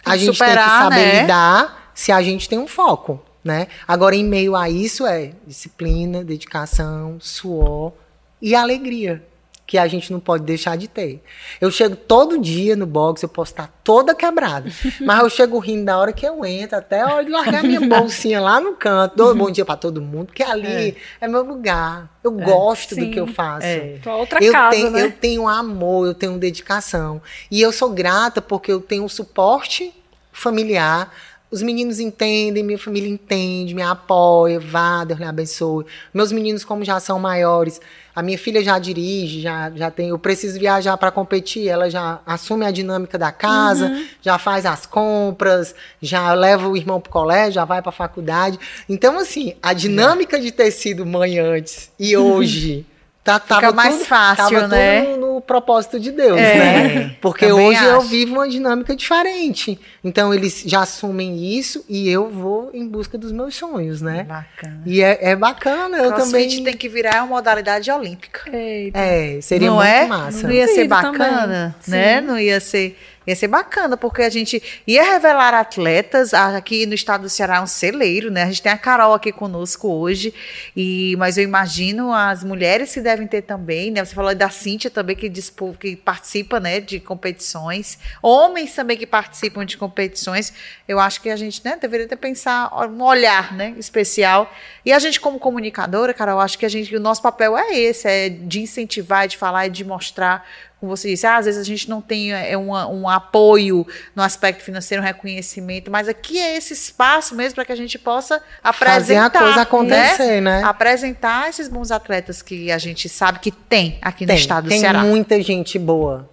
a gente superar, tem que saber lidar se a gente tem um foco, né? Agora, em meio a isso, disciplina, dedicação, suor e alegria, que a gente não pode deixar de ter. Eu chego todo dia no box, eu posso estar toda quebrada, mas eu chego rindo da hora que eu entro, até a hora de largar minha bolsinha lá no canto, dou bom dia para todo mundo, porque ali é meu lugar. Eu gosto do que eu faço. Tua outra casa, né? Eu tenho amor, eu tenho dedicação. E eu sou grata porque eu tenho um suporte familiar. Os meninos entendem, minha família entende, me apoia, Deus lhe abençoe. Meus meninos, como já são maiores, a minha filha já dirige, já tem. Eu preciso viajar para competir, ela já assume a dinâmica da casa, já faz as compras, já leva o irmão para o colégio, já vai para a faculdade. Então, assim, a dinâmica de ter sido mãe antes e hoje... Fica mais fácil, né? Tudo no propósito de Deus, né? Porque hoje eu vivo uma dinâmica diferente. Então, eles já assumem isso e eu vou em busca dos meus sonhos, né? Bacana. E é bacana, eu também... CrossFit tem que virar uma modalidade olímpica. Eita. Seria muito massa. Não ia ser bacana, né? Não ia ser... Ia ser bacana, porque a gente ia revelar atletas. Aqui no estado do Ceará é um celeiro, né? A gente tem a Carol aqui conosco hoje, mas eu imagino as mulheres que devem ter também, né? Você falou da Cíntia também, que participa, né, de competições. Homens também que participam de competições. Eu acho que a gente, né, deveria ter pensar um olhar, né, especial. E a gente, como comunicadora, Carol, acho que o nosso papel é esse, de incentivar, de falar e de mostrar. Como você disse, às vezes a gente não tem um apoio no aspecto financeiro, um reconhecimento, mas aqui é esse espaço mesmo para que a gente possa apresentar. Fazer a coisa acontecer, né? Apresentar esses bons atletas que a gente sabe que tem aqui no estado do Ceará. Tem muita gente boa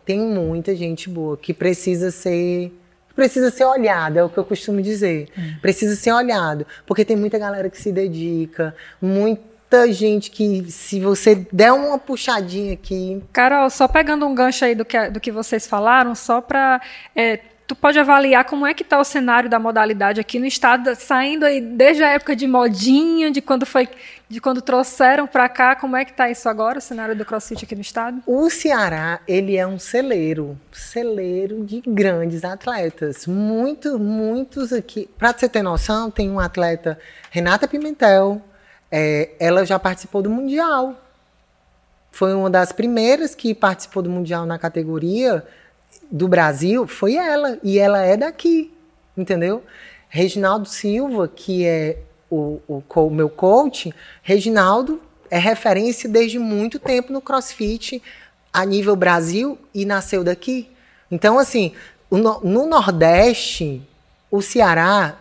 que precisa ser olhada, é o que eu costumo dizer. Precisa ser olhado, porque tem muita galera que se dedica, muita gente que, se você der uma puxadinha aqui... Carol, só pegando um gancho aí do que vocês falaram, só para... tu pode avaliar como é que está o cenário da modalidade aqui no estado, saindo aí desde a época de modinha, de quando trouxeram para cá, como é que está isso agora, o cenário do CrossFit aqui no estado? O Ceará, ele é um celeiro de grandes atletas, muitos aqui. Para você ter noção, tem um atleta, Renata Pimentel, ela já participou do Mundial. Foi uma das primeiras que participou do Mundial na categoria do Brasil, foi ela. E ela é daqui, entendeu? Reginaldo Silva, que é o meu coach, Reginaldo é referência desde muito tempo no CrossFit a nível Brasil e nasceu daqui. Então, assim, no Nordeste, o Ceará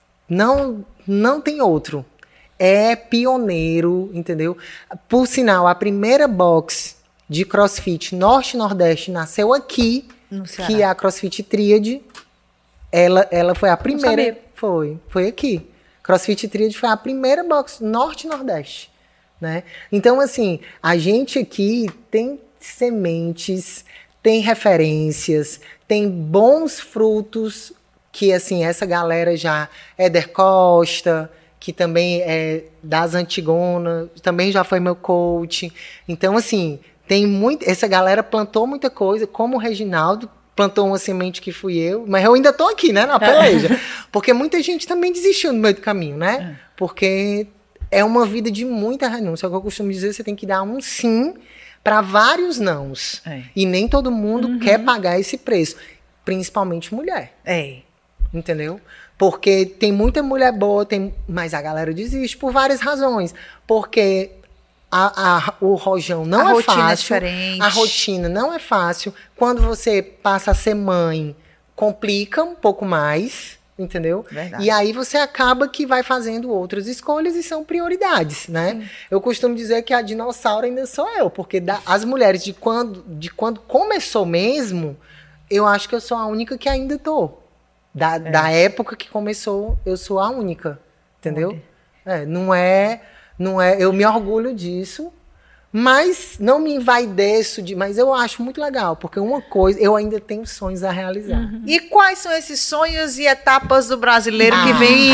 não tem outro. É pioneiro, entendeu? Por sinal, a primeira box de CrossFit Norte-Nordeste nasceu aqui, que é a CrossFit Tríade. Ela foi a primeira. Foi aqui. CrossFit Tríade foi a primeira box Norte-Nordeste, né? Então, assim, a gente aqui tem sementes, tem referências, tem bons frutos, que, assim, essa galera já... Éder Costa... que também é das Antigonas, também já foi meu coach. Então, assim, essa galera plantou muita coisa, como o Reginaldo plantou uma semente que fui eu, mas eu ainda estou aqui, né, na peleja. Porque muita gente também desistiu no meio do caminho, né? Porque é uma vida de muita renúncia. É o que eu costumo dizer, você tem que dar um sim para vários nãos. E nem todo mundo quer pagar esse preço, principalmente mulher. Entendeu? Porque tem muita mulher boa, mas a galera desiste por várias razões. Porque o rojão não é fácil. A rotina é diferente. A rotina não é fácil. Quando você passa a ser mãe, complica um pouco mais, entendeu? Verdade. E aí você acaba que vai fazendo outras escolhas e são prioridades, né? Sim. Eu costumo dizer que a dinossauro ainda sou eu, porque as mulheres de quando começou mesmo, eu acho que eu sou a única que ainda tô. Da época que começou, eu sou a única, entendeu? Não é, eu me orgulho disso, mas não me envaideço mas eu acho muito legal, porque uma coisa, eu ainda tenho sonhos a realizar. E quais são esses sonhos e etapas do brasileiro que vem?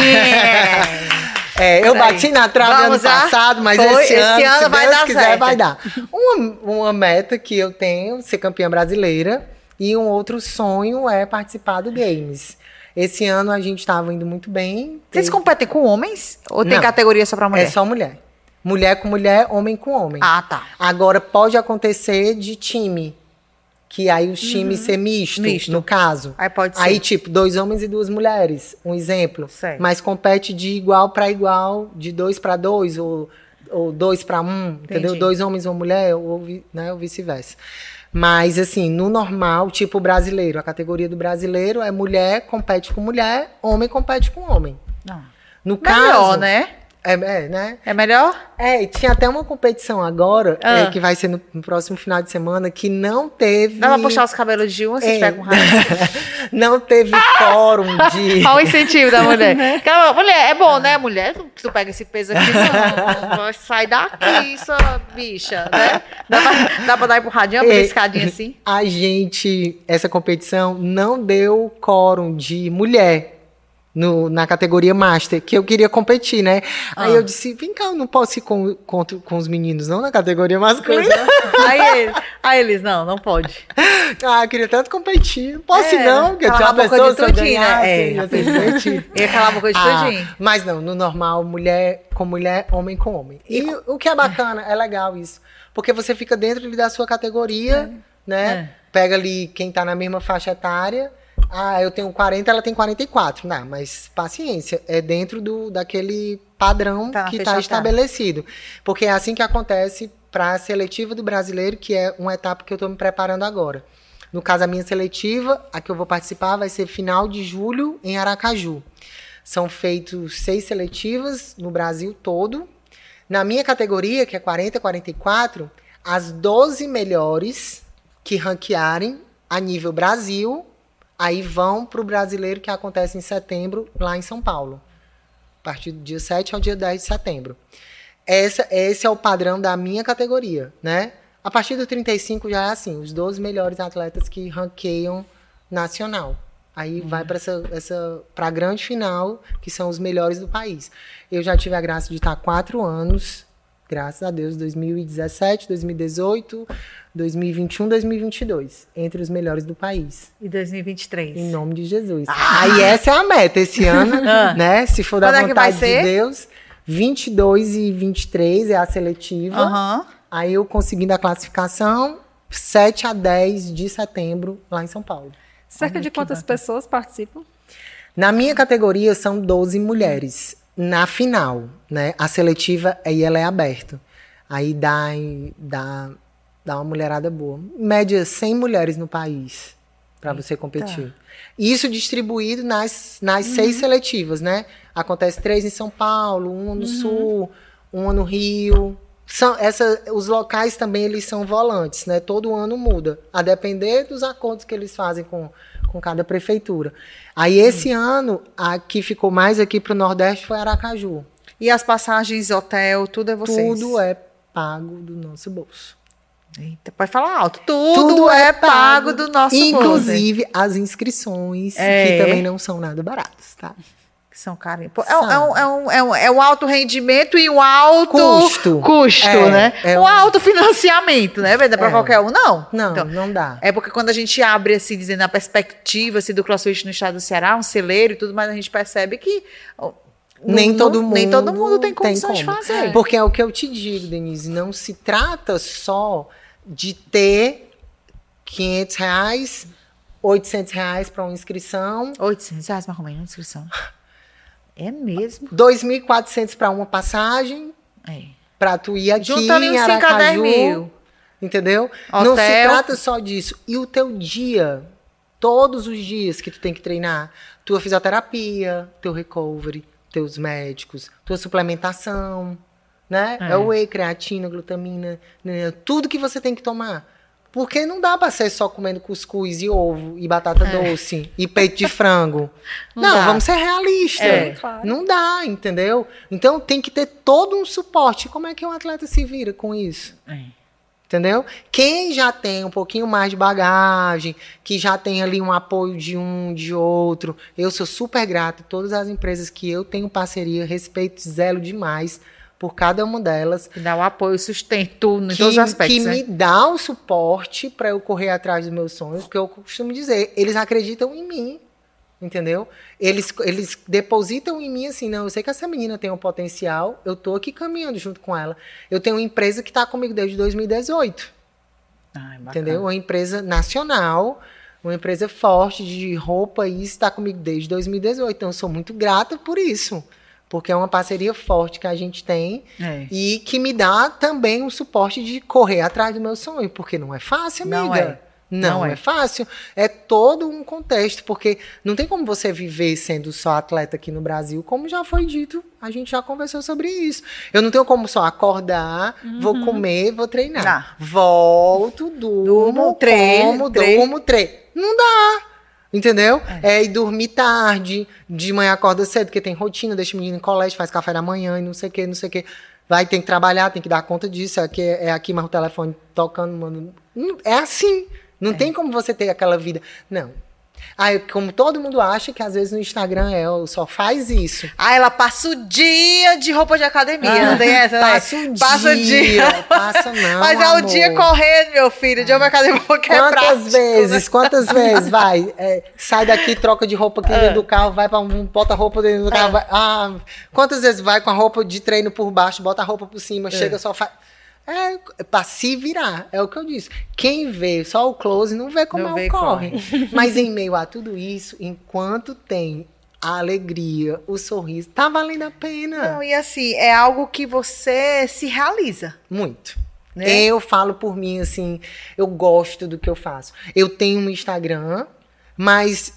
Eu bati na trave ano passado, mas esse ano, se Deus quiser, vai dar. Uma meta que eu tenho, ser campeã brasileira. E um outro sonho é participar do Games. Esse ano a gente estava indo muito bem. Vocês competem com homens? Ou tem categoria só para mulher? É só mulher. Mulher com mulher, homem com homem. Ah, tá. Agora pode acontecer de time. Que aí os times ser misto, no caso. Aí pode ser. Aí, tipo, 2 homens e 2 mulheres. Um exemplo. Certo. Mas compete de igual para igual, de 2 para 2, ou 2 para 1, entendeu? 2 homens ou mulher, ou vice-versa. Mas, assim, no normal, tipo brasileiro, a categoria do brasileiro é mulher compete com mulher, homem compete com homem. Não. No Melhor, caso, né? né? É melhor? E tinha até uma competição agora, que vai ser no próximo final de semana, que não teve... Dá pra puxar os cabelos de um se tiver com raiva? Não teve quórum de... Olha o incentivo da mulher. Mulher, é bom, né? Mulher, tu pega esse peso aqui, não vai sair daqui, sua bicha, né? Dá pra dar empurradinha, uma escadinha assim? Essa competição não deu quórum de mulher. Na categoria Master, que eu queria competir, né? Aí eu disse, vem cá, eu não posso ir com os meninos, não, na categoria masculina. Aí eles, não pode. Eu queria tanto competir. Não posso ir, não, porque tinha uma pessoa que ia calar a boca de tudinho. Mas não, no normal, mulher com mulher, homem com homem. E o que é bacana, é legal isso. Porque você fica dentro da sua categoria, né? Pega ali quem tá na mesma faixa etária. Eu tenho 40, ela tem 44. Não, mas paciência, é dentro daquele padrão que está estabelecido. Porque é assim que acontece para a seletiva do brasileiro, que é uma etapa que eu estou me preparando agora. No caso, a minha seletiva, a que eu vou participar, vai ser final de julho em Aracaju. São feitos 6 seletivas no Brasil todo. Na minha categoria, que é 40 44, as 12 melhores que ranquearem a nível Brasil... Aí vão para o brasileiro, que acontece em setembro, lá em São Paulo. A partir do dia 7 ao dia 10 de setembro. Esse é o padrão da minha categoria, né? A partir do 35 já é assim, os 12 melhores atletas que ranqueiam nacional. Aí vai para a grande final, que são os melhores do país. Eu já tive a graça de estar 4 anos, graças a Deus, 2017, 2018... 2021, 2022, entre os melhores do país. E 2023. Em nome de Jesus. Aí essa é a meta esse ano, né? Se for da vontade de Deus, 22 e 23 é a seletiva. Aí eu conseguindo a classificação, 7 a 10 de setembro, lá em São Paulo. Cerca de quantas pessoas participam? Na minha categoria, são 12 mulheres. Na final, né? A seletiva, aí ela é aberta. Aí dá uma mulherada boa. Em média, 100 mulheres no país para você competir. Isso distribuído nas 6 seletivas, né? Acontece 3 em São Paulo, 1 no Sul, 1 no Rio. Os locais também, eles são volantes, né? Todo ano muda, a depender dos acordos que eles fazem com cada prefeitura. Aí, esse ano, a que ficou mais aqui para o Nordeste foi Aracaju. E as passagens, hotel, tudo é vocês? Tudo é pago do nosso bolso. Eita, pode falar alto. Tudo é pago do nosso bolso. Inclusive as inscrições, que também não são nada baratas, tá? Que são caras. É um alto rendimento e um alto custo, né? Um alto financiamento, né? Não dá pra qualquer um, não. Não, então, não dá. É porque quando a gente abre, assim, dizendo a perspectiva assim, do CrossFit no estado do Ceará, um celeiro e tudo mais, a gente percebe que... Nem todo mundo tem condições de fazer. Porque é o que eu te digo, Denise, não se trata só de ter R$500, R$800 para uma inscrição. R$800 para uma inscrição. É mesmo? R$2.400 para uma passagem. Para tu ir aqui em Aracaju. 5 a 10 mil. Entendeu? Hotel. Não se trata só disso. E o teu dia, todos os dias que tu tem que treinar, tua fisioterapia, teu recovery, teus médicos, tua suplementação, né? É o whey, creatina, glutamina, né? Tudo que você tem que tomar. Porque não dá para ser só comendo cuscuz e ovo e batata doce e peito de frango. Não, vamos ser realistas. Claro. Não dá, entendeu? Então tem que ter todo um suporte. Como é que um atleta se vira com isso? Entendeu? Quem já tem um pouquinho mais de bagagem, que já tem ali um apoio de um, de outro, eu sou super grato a todas as empresas que eu tenho parceria, respeito, zelo demais por cada uma delas. Que dá o apoio, o sustento em todos os aspectos. Que né? me dá o suporte para eu correr atrás dos meus sonhos, porque eu costumo dizer, eles acreditam em mim, entendeu? Eles depositam em mim assim, não, eu sei que essa menina tem um potencial, eu tô aqui caminhando junto com ela. Eu tenho uma empresa que está comigo desde 2018, entendeu? Uma empresa nacional, uma empresa forte de roupa, e isso está comigo desde 2018. Então, eu sou muito grata por isso, porque é uma parceria forte que a gente tem e que me dá também um suporte de correr atrás do meu sonho, porque não é fácil, amiga. Não é fácil. É todo um contexto, porque não tem como você viver sendo só atleta aqui no Brasil, como já foi dito, a gente já conversou sobre isso. Eu não tenho como só acordar, vou comer, vou treinar. Volto, durmo, treino. Não dá. Entendeu? E dormir tarde, de manhã acorda cedo, porque tem rotina, deixa o menino em colégio, faz café da manhã e não sei o que. Vai, tem que trabalhar, tem que dar conta disso, é aqui, mas o telefone tocando, mano. É assim. Não tem como você ter aquela vida. Não. Como todo mundo acha que às vezes no Instagram só faz isso. Ela passa o dia de roupa de academia, não tem essa, né? Passa o dia. Passa não, mas é o dia correndo, meu filho, de roupa de academia, porque é prático. Quantas vezes, vai? Sai daqui, troca de roupa aqui dentro do carro, vai bota a roupa dentro do carro. Vai, quantas vezes vai com a roupa de treino por baixo, bota a roupa por cima, chega só faz... pra se virar, é o que eu disse. Quem vê só o close não vê como corre. Mas em meio a tudo isso, enquanto tem a alegria, o sorriso, tá valendo a pena. Não, e assim, é algo que você se realiza. Muito. Né? Eu falo por mim, assim, eu gosto do que eu faço. Eu tenho um Instagram, mas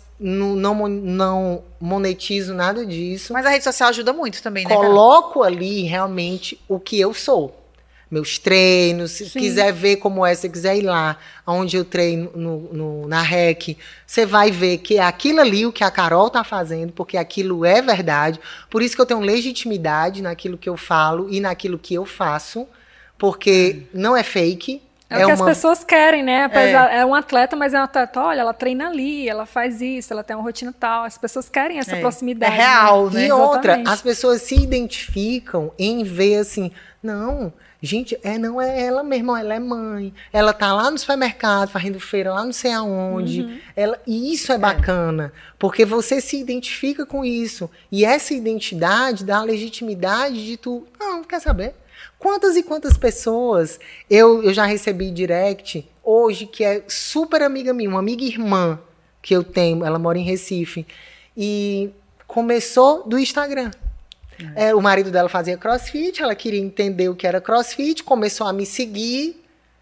não monetizo nada disso. Mas a rede social ajuda muito também, né? Coloco ali realmente o que eu sou. Meus treinos, se quiser ver como se quiser ir lá, onde eu treino na REC, você vai ver que é aquilo ali o que a Carol tá fazendo, porque aquilo é verdade. Por isso que eu tenho legitimidade naquilo que eu falo e naquilo que eu faço, porque não é fake. É o que as pessoas querem, né? É um atleta, mas é um atleta, olha, ela treina ali, ela faz isso, ela tem uma rotina tal. As pessoas querem essa proximidade. É real, né? E outra, as pessoas se identificam em ver assim, não... Gente, não é ela mesma, ela é mãe. Ela tá lá no supermercado, fazendo feira lá não sei aonde. E isso é bacana, porque você se identifica com isso. E essa identidade dá a legitimidade de tu... Não, quer saber? Quantas e quantas pessoas eu já recebi direct hoje, que é super amiga minha, uma amiga irmã que eu tenho, ela mora em Recife, e começou do Instagram. O marido dela fazia crossfit, ela queria entender o que era crossfit, começou a me seguir,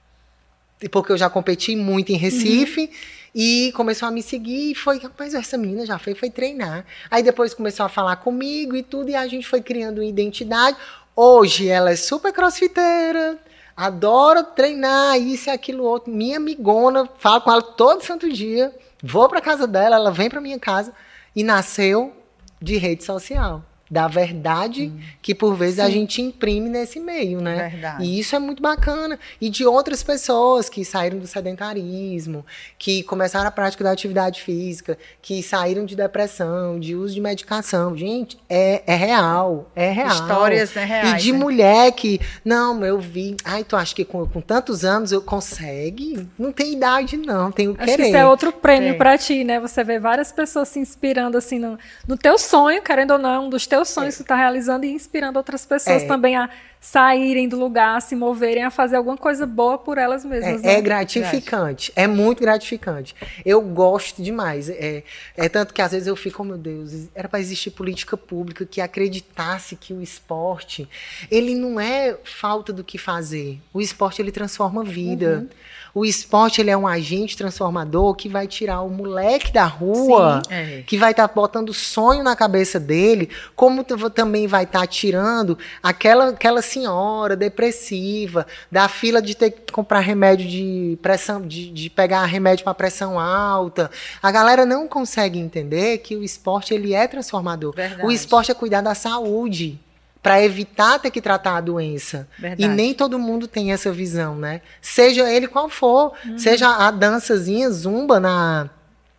porque eu já competi muito em Recife, e começou a me seguir, e foi, rapaz, essa menina já foi treinar. Aí depois começou a falar comigo e tudo, e a gente foi criando uma identidade. Hoje ela é super crossfiteira, adora treinar, isso e aquilo outro, minha amigona, falo com ela todo santo dia, vou pra casa dela, ela vem pra minha casa, e nasceu de rede social. Da verdade que, por vezes, a gente imprime nesse meio, né? Verdade. E isso é muito bacana. E de outras pessoas que saíram do sedentarismo, que começaram a prática da atividade física, que saíram de depressão, de uso de medicação. Gente, é real. É real. Histórias reais. E de mulher que... Não, eu vi... tu acha que com tantos anos eu consegue? Não tem idade, não. Tenho querer. Acho que isso é outro prêmio pra ti, né? Você vê várias pessoas se inspirando, assim, no teu sonho, querendo ou não, um dos teus sonhos que você está realizando e inspirando outras pessoas também a saírem do lugar, a se moverem, a fazer alguma coisa boa por elas mesmas. É gratificante, é muito gratificante. Eu gosto demais. É tanto que às vezes eu fico, oh, meu Deus, era para existir política pública que acreditasse que o esporte, ele não é falta do que fazer. O esporte, ele transforma a vida. O esporte, ele é um agente transformador que vai tirar o moleque da rua, que vai estar botando sonho na cabeça dele, como também vai estar tirando aquela senhora depressiva, da fila de ter que comprar remédio de pressão, de pegar remédio para pressão alta. A galera não consegue entender que o esporte, ele é transformador. Verdade. O esporte é cuidar da saúde, para evitar ter que tratar a doença. Verdade. E nem todo mundo tem essa visão, né? Seja ele qual for, seja a dançazinha zumba na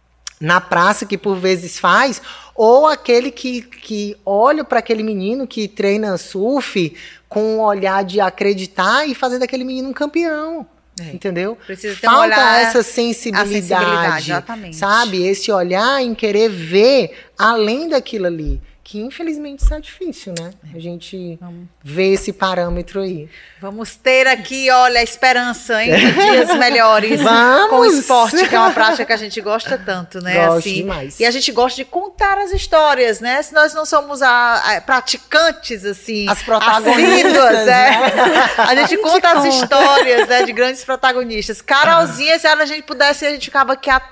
na praça, que por vezes faz, ou aquele que olha para aquele menino que treina surf com um olhar de acreditar e fazer daquele menino um campeão. Entendeu? Precisa ter Falta essa sensibilidade, exatamente. Sabe? Esse olhar em querer ver além daquilo ali. Que infelizmente isso é difícil, né? A gente vê esse parâmetro aí. Vamos ter aqui, olha, a esperança, hein? De dias melhores com o esporte, que é uma prática que a gente gosta tanto, né? Gosto demais. E a gente gosta de contar as histórias, né? Se nós não somos praticantes, assim, as protagonistas, assíduas, a gente conta as histórias, né, de grandes protagonistas. Carolzinha, se a gente pudesse, a gente ficava aqui até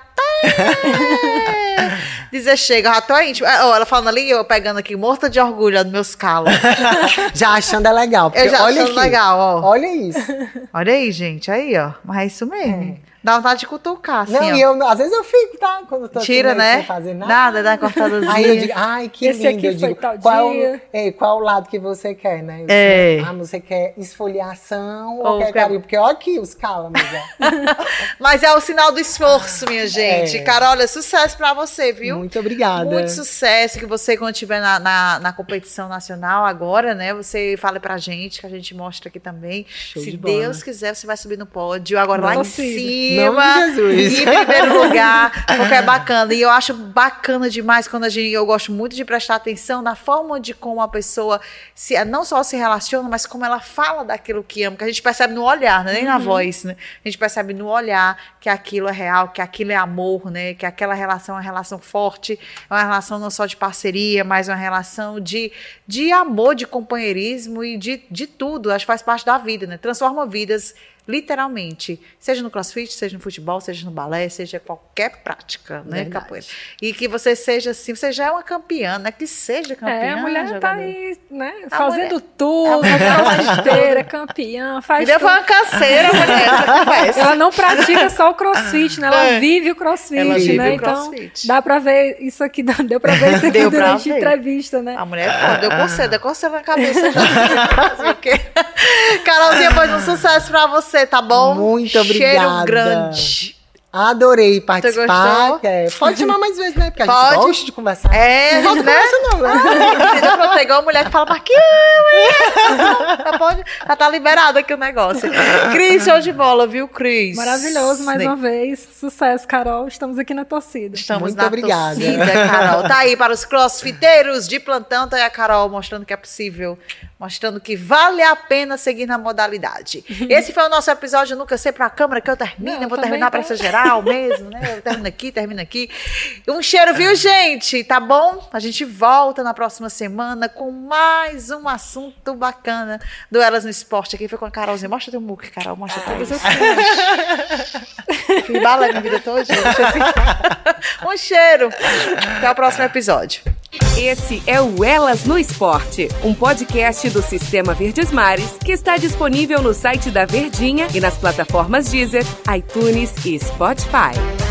dizer chega, já tô íntimo. Ela falando ali, eu pegando aqui, morta de orgulho dos meus calos. Já achando é legal. Eu já achando aqui, legal, ó. Olha isso. Olha aí, gente, aí, ó. Mas é isso mesmo. Dá vontade de cutucar, assim, não, ó. E eu, às vezes eu fico, tá? Quando eu tô tira, assim, né? Sem fazer nada. Nada, dá uma cortadazinha. Aí eu digo, ai, que esse lindo. Aqui eu digo, tal qual o lado que você quer, né? Você quer esfoliação ou quer carinho? Porque olha aqui os cálamos, Mas é o sinal do esforço, minha gente. Carol, olha, sucesso pra você, viu? Muito obrigada. Muito sucesso, que você, quando estiver na competição nacional agora, né, você fale pra gente, que a gente mostra aqui também. Se Deus quiser, você vai subir no pódio, agora lá em cima. Jesus. Em primeiro lugar, porque é bacana. E eu acho bacana demais quando eu gosto muito de prestar atenção na forma de como a pessoa não só se relaciona, mas como ela fala daquilo que ama, que a gente percebe no olhar, né? Nem na voz, né? A gente percebe no olhar que aquilo é real, que aquilo é amor, né? Que aquela relação é uma relação forte, é uma relação não só de parceria, mas uma relação de amor, de companheirismo e de tudo. Acho que faz parte da vida, né? Transforma vidas, literalmente, seja no crossfit, seja no futebol, seja no balé, seja qualquer prática, né, capoeira. E que você seja assim, você já é uma campeã, né, que seja campeã. A mulher jogador. tá aí, né, fazendo tudo, aquela esteira, campeã, faz tudo. Foi uma canseira, mulher, ela não pratica só o crossfit, né, ela vive o crossfit, ela vive né, o então crossfit. dá pra ver isso aqui, deu pra ver isso aqui durante a entrevista, né. A mulher deu coceira na cabeça já. Carolzinha, pois um sucesso pra você. Tá bom? Muito obrigada. Cheiro grande. Adorei participar. Pode chamar mais vezes, né? Porque a gente gosta de conversar. Não falta conversa não, né? Pegou a mulher que fala já tá liberado aqui o negócio. Cris, show de bola, viu, Cris? Maravilhoso, mais uma vez. Sucesso, Carol. Estamos aqui na torcida. Muito obrigada. Torcida, Carol. Tá aí para os crossfiteiros de plantão, tá aí a Carol mostrando que é possível, mostrando que vale a pena seguir na modalidade. Esse foi o nosso episódio. Eu nunca sei pra câmera que eu termino, eu vou terminar pra essa geral mesmo, né? Eu termino aqui. Um cheiro, viu, gente? Tá bom? A gente volta na próxima semana com mais um assunto bacana do Elas no Esporte. Aqui foi com a Carolzinha. Mostra teu muque, Carol. Mostra todas as coisas. Fui bala minha vida toda. Um cheiro. Até o próximo episódio. Esse é o Elas no Esporte, um podcast do Sistema Verdes Mares que está disponível no site da Verdinha e nas plataformas Deezer, iTunes e Spotify.